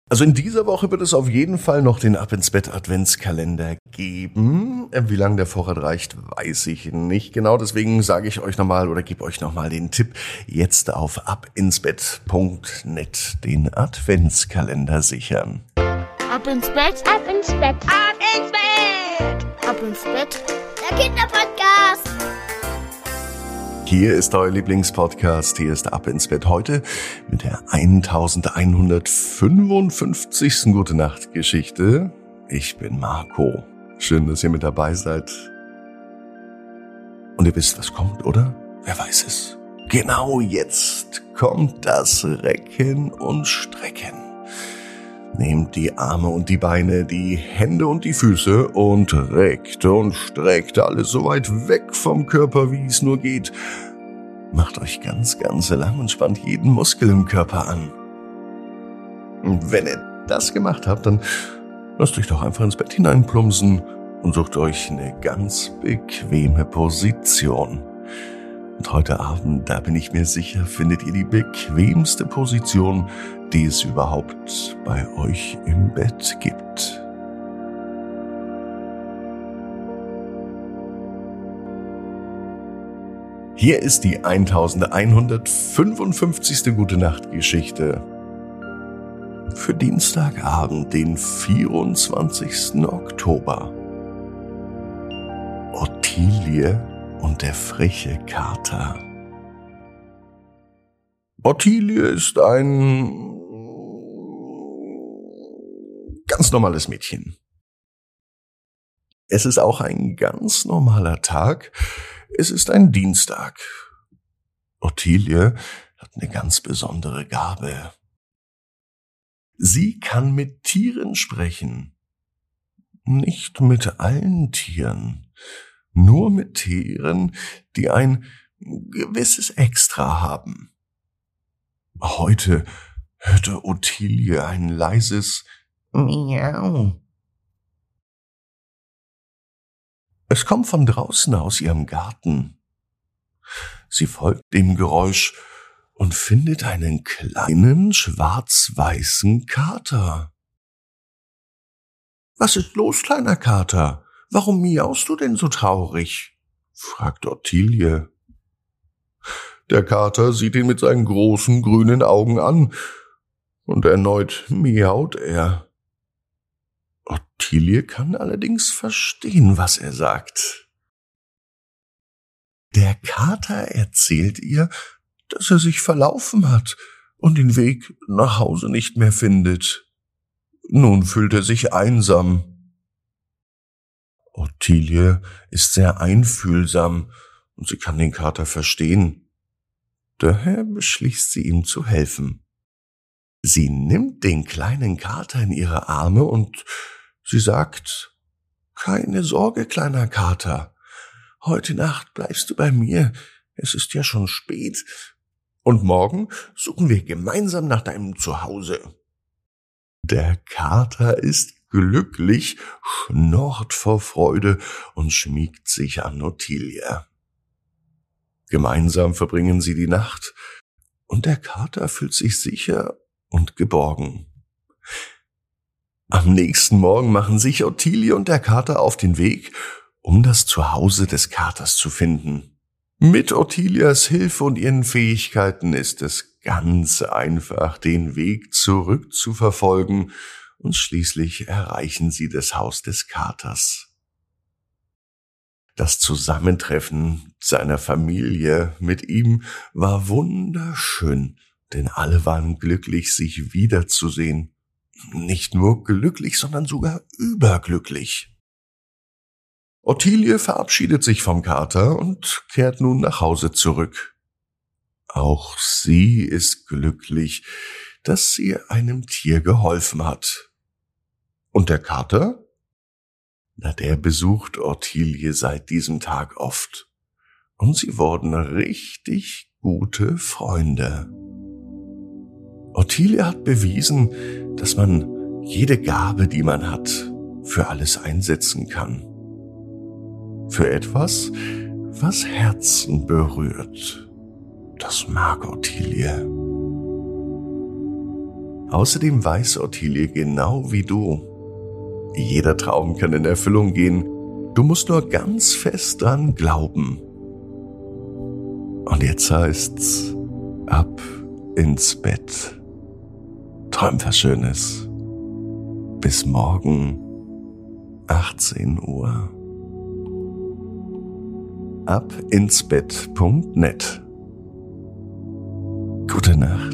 Also in dieser Woche wird es auf jeden Fall noch den Ab ins Bett Adventskalender geben. Wie lange der Vorrat reicht, weiß ich nicht genau. Deswegen sage ich euch nochmal oder gebe euch nochmal den Tipp, jetzt auf abinsbett.net den Adventskalender sichern. Ab ins Bett, ab ins Bett, ab ins Bett, ab ins Bett, der Kinderpodcast. Hier ist euer Lieblingspodcast, hier ist Ab ins Bett heute mit der 1155. Gute-Nacht-Geschichte. Ich bin Marco. Schön, dass ihr mit dabei seid. Und ihr wisst, was kommt, oder? Wer weiß es? Genau jetzt kommt das Recken und Strecken. Nehmt die Arme und die Beine, die Hände und die Füße und reckt und streckt alles so weit weg vom Körper, wie es nur geht. Macht euch ganz, ganz lang und spannt jeden Muskel im Körper an. Und wenn ihr das gemacht habt, dann lasst euch doch einfach ins Bett hineinplumpsen und sucht euch eine ganz bequeme Position. Und heute Abend, da bin ich mir sicher, findet ihr die bequemste Position, die es überhaupt bei euch im Bett gibt. Hier ist die 1155. Gute-Nacht-Geschichte für Dienstagabend, den 24. Oktober. Ottilie und der freche Kater. Ottilie ist ein ganz normales Mädchen. Es ist auch ein ganz normaler Tag. Es ist ein Dienstag. Ottilie hat eine ganz besondere Gabe. Sie kann mit Tieren sprechen. Nicht mit allen Tieren. Nur mit Tieren, die ein gewisses Extra haben. Heute hörte Ottilie ein leises Miau. Es kommt von draußen aus ihrem Garten. Sie folgt dem Geräusch und findet einen kleinen schwarz-weißen Kater. »Was ist los, kleiner Kater? Warum miaust du denn so traurig?« fragt Ottilie. Der Kater sieht ihn mit seinen großen grünen Augen an und erneut miaut er. Ottilie kann allerdings verstehen, was er sagt. Der Kater erzählt ihr, dass er sich verlaufen hat und den Weg nach Hause nicht mehr findet. Nun fühlt er sich einsam. Ottilie ist sehr einfühlsam und sie kann den Kater verstehen. Daher beschließt sie, ihm zu helfen. Sie nimmt den kleinen Kater in ihre Arme und sie sagt, »Keine Sorge, kleiner Kater. Heute Nacht bleibst du bei mir. Es ist ja schon spät. Und morgen suchen wir gemeinsam nach deinem Zuhause.« Der Kater ist glücklich, schnurrt vor Freude und schmiegt sich an Ottilie. Gemeinsam verbringen sie die Nacht und der Kater fühlt sich sicher und geborgen. Am nächsten Morgen machen sich Ottilie und der Kater auf den Weg, um das Zuhause des Katers zu finden. Mit Ottilias Hilfe und ihren Fähigkeiten ist es ganz einfach, den Weg zurück zu verfolgen, und schließlich erreichen sie das Haus des Katers. Das Zusammentreffen seiner Familie mit ihm war wunderschön, denn alle waren glücklich, sich wiederzusehen. Nicht nur glücklich, sondern sogar überglücklich. Ottilie verabschiedet sich vom Kater und kehrt nun nach Hause zurück. Auch sie ist glücklich, dass sie einem Tier geholfen hat. Und der Kater? Na, der besucht Ottilie seit diesem Tag oft. Und sie wurden richtig gute Freunde. Ottilie hat bewiesen, dass man jede Gabe, die man hat, für alles einsetzen kann. Für etwas, was Herzen berührt. Das mag Ottilie. Außerdem weiß Ottilie genau wie du. Jeder Traum kann in Erfüllung gehen. Du musst nur ganz fest dran glauben. Und jetzt heißt's, ab ins Bett. Träum was Schönes. Bis morgen, 18 Uhr. abinsbett.net. Gute Nacht.